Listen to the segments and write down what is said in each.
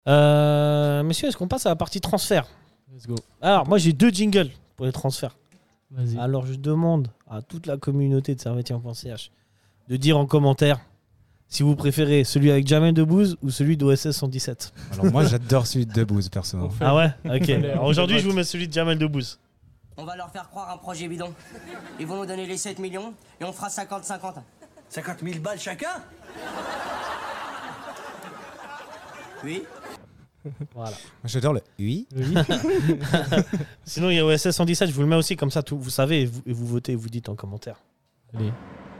Messieurs, est-ce qu'on passe à la partie transfert ? Let's go. Alors, moi, j'ai 2 jingles pour les transferts. Vas-y. Alors, je demande à toute la communauté de Servetien.ch de dire en commentaire si vous préférez celui avec Jamel Debbouze ou celui d'OSS 117. Alors moi, j'adore celui de Debbouze, personnellement. Ah ouais ? Ok. Allez, Alors, aujourd'hui, je vous mets celui de Jamel Debbouze. On va leur faire croire un projet bidon. Ils vont nous donner les 7 millions et on fera 50-50. 50 000 balles chacun? Oui. Voilà. Moi, j'adore le oui. Sinon, il y a OSS 117, je vous le mets aussi, comme ça, vous savez, et vous votez, vous dites en commentaire. Allez.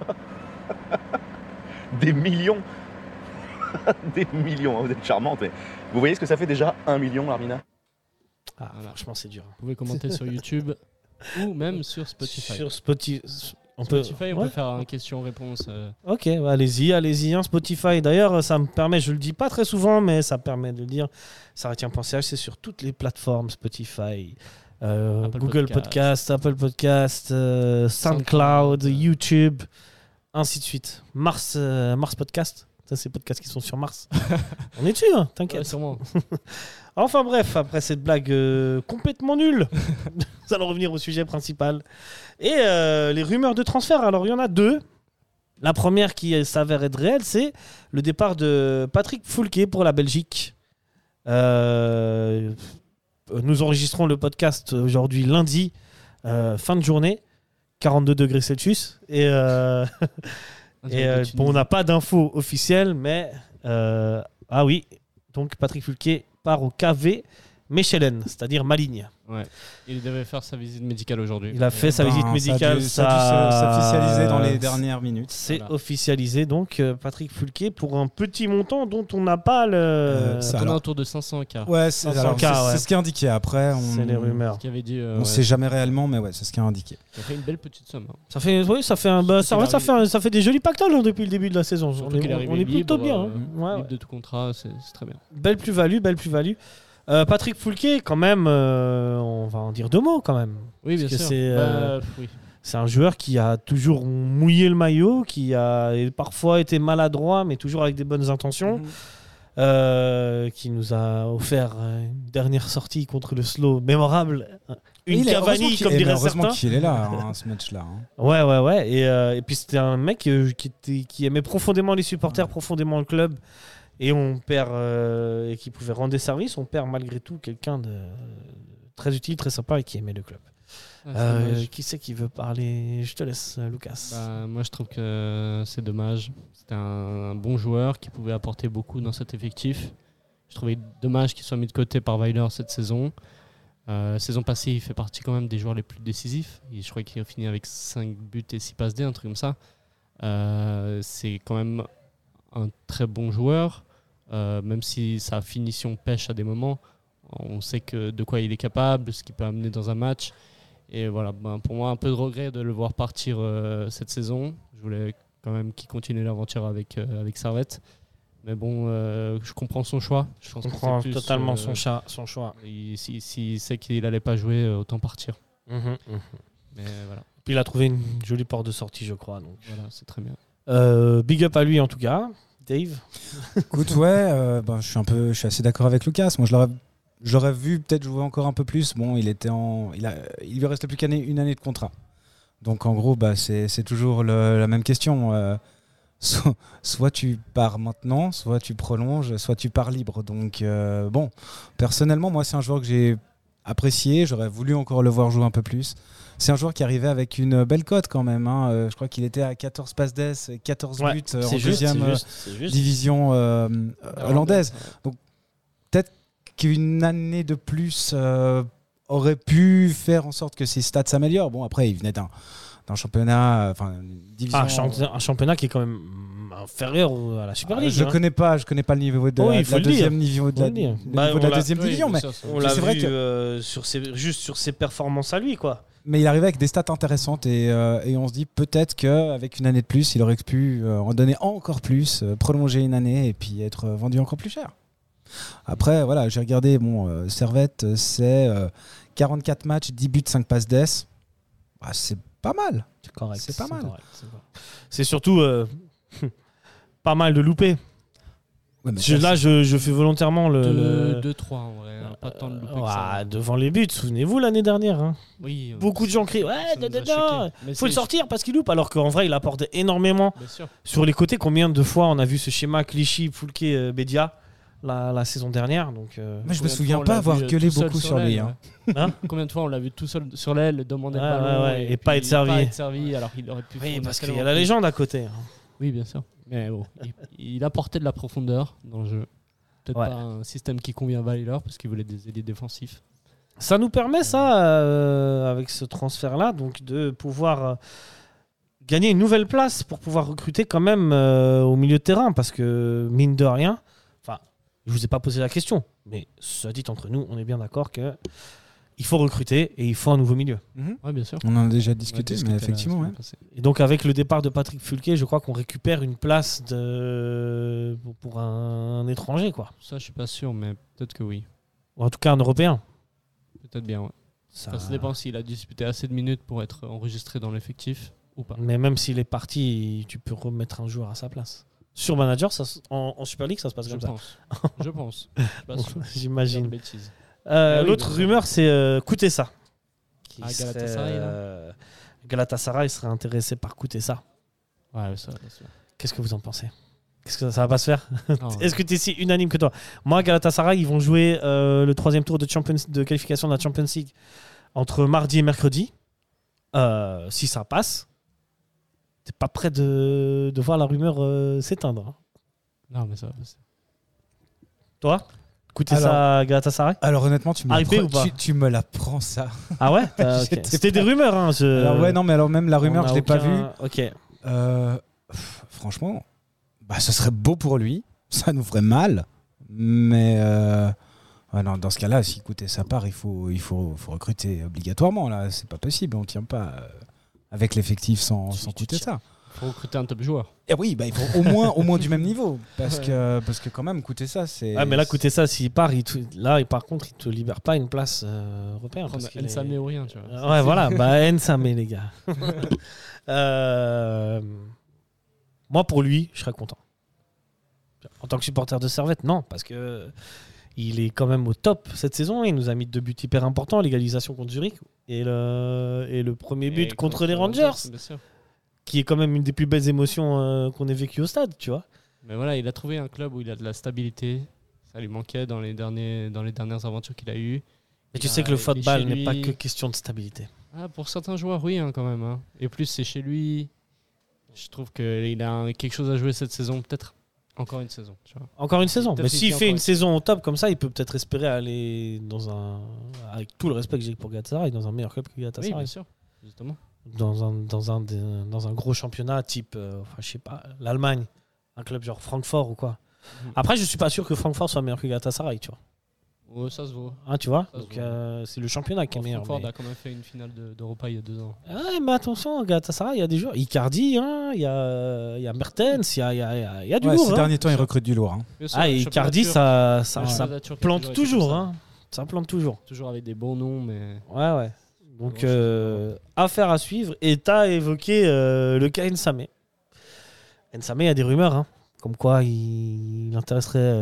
Des millions. Des millions, hein, vous êtes charmante. Mais vous voyez ce que ça fait déjà 1 million, Larmina? Ah, Voilà. franchement, c'est dur. Vous pouvez commenter sur YouTube ou même sur Spotify. Sur Spotify, on Spotify, on ouais. peut faire une question-réponse. Ok, bah allez-y, hein, Spotify. D'ailleurs, ça me permet, je le dis pas très souvent, mais ça permet de le dire. Servetien.ch, c'est sur toutes les plateformes Spotify, Google Podcast, Apple Podcast, SoundCloud, YouTube, ainsi de suite. Mars Podcast, ça c'est podcasts qui sont sur Mars. On est dessus, hein, t'inquiète. Ouais, sûrement. Enfin bref, après cette blague complètement nulle, nous allons revenir au sujet principal. Et les rumeurs de transfert, alors il y en a 2. La première qui s'avère être réelle, c'est le départ de Patrick Foulquet pour la Belgique. Nous enregistrons le podcast aujourd'hui lundi, fin de journée, 42 degrés Celsius. Et, bon, on n'a pas d'infos officielles, mais ah oui, donc Patrick Foulquet part au KV Mechelen, c'est-à-dire Maligne. Ouais. Il devait faire sa visite médicale aujourd'hui. Il a fait sa visite médicale. Ça a dû s'officialiser dans les dernières minutes. C'est Voilà. officialisé, donc Patrick Foulquet pour un petit montant dont on n'a pas le... ça, On est alors. autour de 500K. Ouais, 500K, c'est ouais. ce qui est indiqué. Après, C'est les rumeurs. Ce qu'il avait dit. On ne sait jamais réellement, mais ouais, c'est ce qui est indiqué. Ça fait une belle petite somme. Hein. Ça fait, oui, ça fait un, bah, ça fait des jolis pactoles hein, depuis le début de la saison. Surtout qu'il est arrivé On est plutôt libre, bien. Hein. Ouais, libre de tout contrat, c'est très bien. Belle plus-value. Patrick Foulquet, quand même, on va en dire 2 mots quand même. Oui, bien Parce que sûr. c'est, C'est un joueur qui a toujours mouillé le maillot, qui a parfois été maladroit, mais toujours avec des bonnes intentions. Qui nous a offert une dernière sortie contre le Slow mémorable. Une Cavani, comme dirait certains. Heureusement qu'il est là, hein, ce match-là. Hein. Ouais. Et puis c'était un mec qui aimait profondément les supporters, profondément le club. Et on perd, et qui pouvait rendre des services. On perd malgré tout quelqu'un de très utile, très sympa et qui aimait le club. Qui c'est qui veut parler ? Je te laisse, Lucas. Moi, je trouve que c'est dommage. C'était un bon joueur qui pouvait apporter beaucoup dans cet effectif. Je trouvais dommage qu'il soit mis de côté par Weiler cette saison. Saison passée, il fait partie quand même des joueurs les plus décisifs. Je crois qu'il a fini avec 5 buts et 6 passes D, un truc comme ça. C'est quand même un très bon joueur, même si sa finition pêche à des moments. On sait de quoi il est capable, ce qu'il peut amener dans un match. Et voilà, pour moi, un peu de regret de le voir partir cette saison. Je voulais quand même qu'il continue l'aventure avec Servette. Mais bon, je comprends son choix. Je comprends totalement son choix. S'il sait qu'il n'allait pas jouer, autant partir. Mais voilà. Puis il a trouvé une jolie porte de sortie, je crois. Donc. Voilà, c'est très bien. Big up à lui en tout cas. Dave. Écoute, ouais, je suis assez d'accord avec Lucas. Moi, je l'aurais vu peut-être jouer encore un peu plus. Bon, il lui restait plus qu'une année de contrat. Donc en gros, c'est toujours la même question. Soit tu pars maintenant, soit tu prolonges, soit tu pars libre. Donc bon, personnellement, moi, c'est un joueur que j'ai apprécié. J'aurais voulu encore le voir jouer un peu plus. C'est un joueur qui arrivait avec une belle cote quand même. Hein. Je crois qu'il était à 14 passes d'ess, 14 buts en deuxième division hollandaise. Donc peut-être qu'une année de plus aurait pu faire en sorte que ses stats s'améliorent. Bon, après, il venait d'un championnat, division. Un championnat qui est quand même inférieur à la Super League. Je connais pas le niveau de la deuxième niveau de la deuxième division, mais on l'a vu sur ses performances à lui, quoi. Mais il arrivait avec des stats intéressantes et on se dit peut-être qu'avec une année de plus, il aurait pu en donner encore plus, prolonger une année et puis être vendu encore plus cher. Après, voilà, j'ai regardé, Servette, c'est 44 matchs, 10 buts, 5 passes d'ess. C'est pas mal. C'est correct. C'est pas mal. C'est surtout pas mal de loupés. Ouais, mais Là, je fais volontairement le 2-3 en vrai, hein, pas tant de louper que Ah, ça. devant les buts, souvenez-vous l'année dernière. Hein. Oui, Beaucoup de gens crient ouais, ça nous a choqués. Mais faut le c'est- sortir parce qu'il loupe, alors qu'en vrai, il apporte énormément Bien sûr. sur les côtés. Combien de fois on a vu ce schéma Clichy, Foulquet, Bédia la saison dernière donc, Moi, je me Combien de souviens fois on pas l'a avoir vu gueulé tout seul beaucoup sur l'aile, lui. Hein. Hein Combien de fois on l'a vu tout seul sur l'aile, demander Ouais, le ballon ouais, et puis pas être servi. alors qu'il aurait pu Oui, faire parce tellement qu'il y a la plus. légende à côté. hein. Oui, bien sûr. Mais bon, il apportait de la profondeur dans le jeu. Peut-être Ouais. pas un système qui convient à Weiler parce qu'il voulait des ailiers défensifs. Ça nous permet, ça, avec ce transfert-là, donc de pouvoir gagner une nouvelle place pour pouvoir recruter quand même au milieu de terrain. Parce que, mine de rien, enfin, je vous ai pas posé la question, mais ça dit entre nous, on est bien d'accord que il faut recruter et il faut un nouveau milieu. Ouais, bien sûr. On en a déjà On a discuté, discuté mais la effectivement, semaine ouais. passée. Et donc, avec le départ de Patrick Fulquet, je crois qu'on récupère une place pour un étranger, quoi. Ça, je suis pas sûr, mais peut-être que oui. Ou en tout cas, un Européen. Peut-être bien, ouais. Ça... Ça dépend s'il a disputé assez de minutes pour être enregistré dans l'effectif ou pas. Mais même s'il est parti, tu peux remettre un joueur à sa place. Sur manager, en Super League, ça se passe Je comme ça. pense. Je pense. Pas sûr. Dire de J'imagine. bêtises. L'autre oui, bien sûr. rumeur, c'est Koutessa. Qui Ah, serait, Galatasaray, là. Galatasaray serait intéressé par Koutessa. Ouais, ça, bien sûr. Qu'est-ce que vous en pensez? Qu'est-ce que ça va pas se faire? Non, Est-ce que tu es si unanime que toi? Moi, Galatasaray, ils vont jouer le 3e tour de qualification de la Champions League entre mardi et mercredi. Si ça passe, t'es pas prêt de voir la rumeur s'éteindre. hein. non, mais ça va passer. Toi? Koutessa, Galatasaray? Alors honnêtement, tu me, Hypé ou pas tu me la prends ça. Ah ouais? Ok. J'étais C'était des pas- rumeurs. Hein, Alors ouais, non, mais alors même la rumeur, on a je l'ai pas aucun- vue. Ok. Franchement, bah, ce serait beau pour lui. Ça nous ferait mal. Mais ouais, non, dans ce cas-là, si écoutez, ça part, il faut recruter obligatoirement. Là, c'est pas possible. On tient pas avec l'effectif sans coûter ça. Il faut recruter un top joueur. Et oui, bah, il faut au moins du même niveau. Parce que quand même, coûter ça, c'est. Ah, mais là, Koutessa, s'il part, par contre, il te libère pas une place européenne. Prendre parce qu'il Nsame est- ou rien, tu vois. Ouais, voilà. Bah, Nsame, les gars. Moi, pour lui, je serais content. En tant que supporter de Servette, non, parce que il est quand même au top cette saison. Il nous a mis 2 buts hyper importants, l'égalisation contre Zurich et le premier but Et contre les Rangers, bien sûr. qui est quand même une des plus belles émotions qu'on ait vécues au stade, tu vois. Mais voilà, il a trouvé un club où il a de la stabilité. Ça lui manquait dans les dernières aventures qu'il a eues. Mais tu Il sais a- que le et football chez n'est pas lui- que question de stabilité. Ah, pour certains joueurs, oui, hein, quand même. Hein. Et plus, c'est chez lui. Je trouve qu'il a quelque chose à jouer cette saison. Peut-être encore une saison. Tu vois. Encore une saison. Peut-être Mais qu'il s'il tient fait encore une une saison au top comme ça, il peut peut-être espérer aller dans un, avec tout le respect que j'ai pour Galatasaray, dans un meilleur club que Oui, Galatasaray. bien sûr. Justement. Dans un gros championnat type, je sais pas, l'Allemagne, un club genre Francfort ou quoi. Mhm. Après, je suis pas sûr que Francfort soit meilleur que Galatasaray, tu vois. Oh, ça se vaut. Hein, tu vois. Ça se Donc voit. c'est le championnat qui est meilleur. Francfort mais- a quand même fait une finale d'Europa il y a 2 ans. Ouais, mais attention, Galatasaray, il y a des joueurs. Icardi, hein, il y a Mertens, il y a du Ouais, lourd. ces hein. derniers temps, il recrute du lourd. Hein. Bien sûr, Ah, le et championnat Icardi, turc- ça le championnat turc a plante été toujours. comme ça. Hein. Ça plante toujours. Toujours avec des bons noms, mais. Ouais, ouais. Donc, Bon, affaire à suivre. Et tu as évoqué le cas Nsame. Nsame, il y a des rumeurs, hein, comme quoi il intéresserait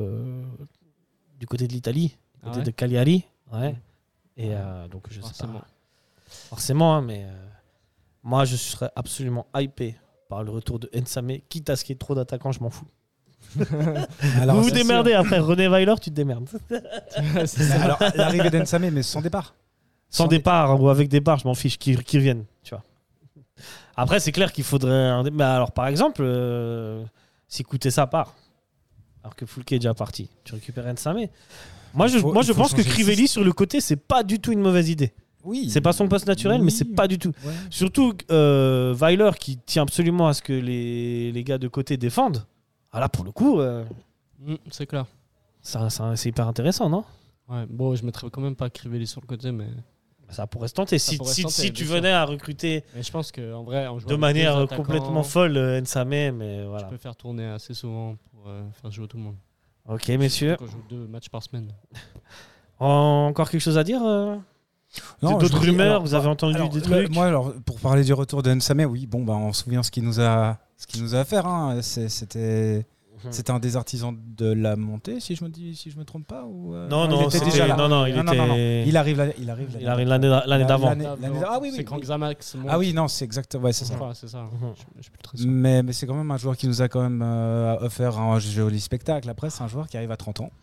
du côté de l'Italie, du côté Ah ouais de Cagliari. Ouais. Et donc, je sais Forcément. pas. Forcément, hein, mais moi, je serais absolument hypé par le retour de Nsame. Quitte à ce qu'il y ait trop d'attaquants, je m'en fous. Alors, vous vous c'est démerdez après. René Weiler, tu te démerdes. sûr. Alors, l'arrivée d'Ensame, mais sans départ. Sans départ ou avec départ, je m'en fiche, qu'ils reviennent, tu vois. Après, c'est clair qu'il faudrait... Mais alors, par exemple, si Koutessa part, alors que Foulquet est déjà parti, tu récupères Nsame. Moi, je Il faut pense que changer de Crivelli, sur le côté, c'est pas du tout une mauvaise idée. Oui. C'est pas son poste naturel, Oui. mais c'est pas du tout. Ouais. Surtout Weiler, qui tient absolument à ce que les gars de côté défendent. Ah là, pour le coup, C'est clair. c'est hyper intéressant, non? Ouais, bon, je mettrais quand même pas Crivelli sur le côté, mais Ça pourrait se tenter. Si, pourrait se si, tenter, si tu bien sûr. venais à recruter je pense qu'en vrai, en jouant de avec manière deux attaquants, complètement folle Nsame, mais tu voilà. peux faire tourner assez souvent pour faire jouer tout le monde. Ok, messieurs. On joue 2 matchs par semaine. Encore quelque chose à dire Non, d'autres je dis- rumeurs, alors, vous avez entendu alors, des trucs Moi, alors, pour parler du retour de Nsame, oui, bon, bah, on se souvient ce qu'il nous a à faire. Hein. C'était C'était un des artisans de la montée, si je me trompe pas ou Non, il était déjà là. Non, Non. Il arrive l'année d'avant. Ah oui, C'est quand Xamax monte. Ah oui, non, c'est exactement. Ouais, c'est ça. Ouais, c'est ça. Je suis plus très sûr. Mais c'est quand même un joueur qui nous a quand même offert un joli spectacle. Après, c'est un joueur qui arrive à 30 ans.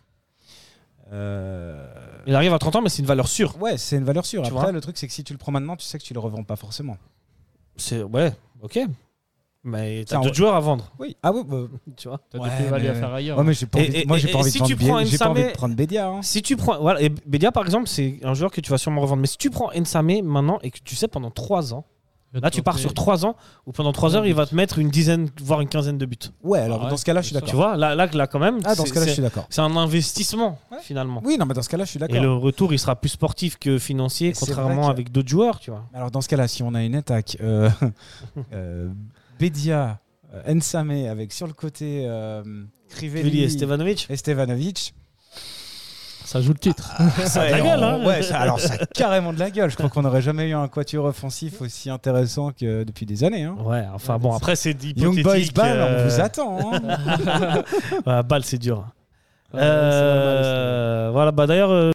Il arrive à 30 ans, mais c'est une valeur sûre. Ouais, c'est une valeur sûre. Tu Après, vois le truc, c'est que si tu le prends maintenant, tu sais que tu le revends pas forcément. Ouais, ok. Mais t'as Ça, d'autres joueurs à vendre, Oui. Ah oui. tu vois. T'as Ouais, des plus-values à mais- faire ailleurs. Ouais, mais j'ai pas envie. Moi, j'ai pas envie si de tu prendre prends J'ai pas envie de Nsame- prendre Bédia. Hein. Si tu prends, voilà, et Bédia par exemple, c'est un joueur que tu vas sûrement revendre. Mais si tu prends Nsame maintenant et que tu sais pendant 3 ans, là tu pars sur 3 ans où pendant 3 heures il va te mettre une dizaine, voire une quinzaine de buts. Ouais, alors Ah ouais, dans ce cas-là, je suis c'est d'accord. Tu vois, là quand même, Ah, dans ce cas-là, je c'est suis d'accord. c'est un investissement Ouais. finalement. Oui, non, mais dans ce cas-là, je suis Et d'accord. le retour, il sera plus sportif que financier, Et c'est contrairement vrai que- avec d'autres joueurs, tu vois. Alors dans ce cas-là, si on a une attaque Bédia, Nsame avec sur le côté Crivelli Crivelli et Stevanovic. et Stevanovic. Ça joue le titre. Ça a de la gueule, hein. Ouais, alors ça a carrément de la gueule. Je crois qu'on n'aurait jamais eu un quatuor offensif aussi intéressant que depuis des années. Hein. Ouais, enfin bon, après c'est Young hypothétique. Boys Ball, on vous attend. Hein. Ouais, balle, c'est dur. Ouais, c'est pas mal, Voilà, bah d'ailleurs.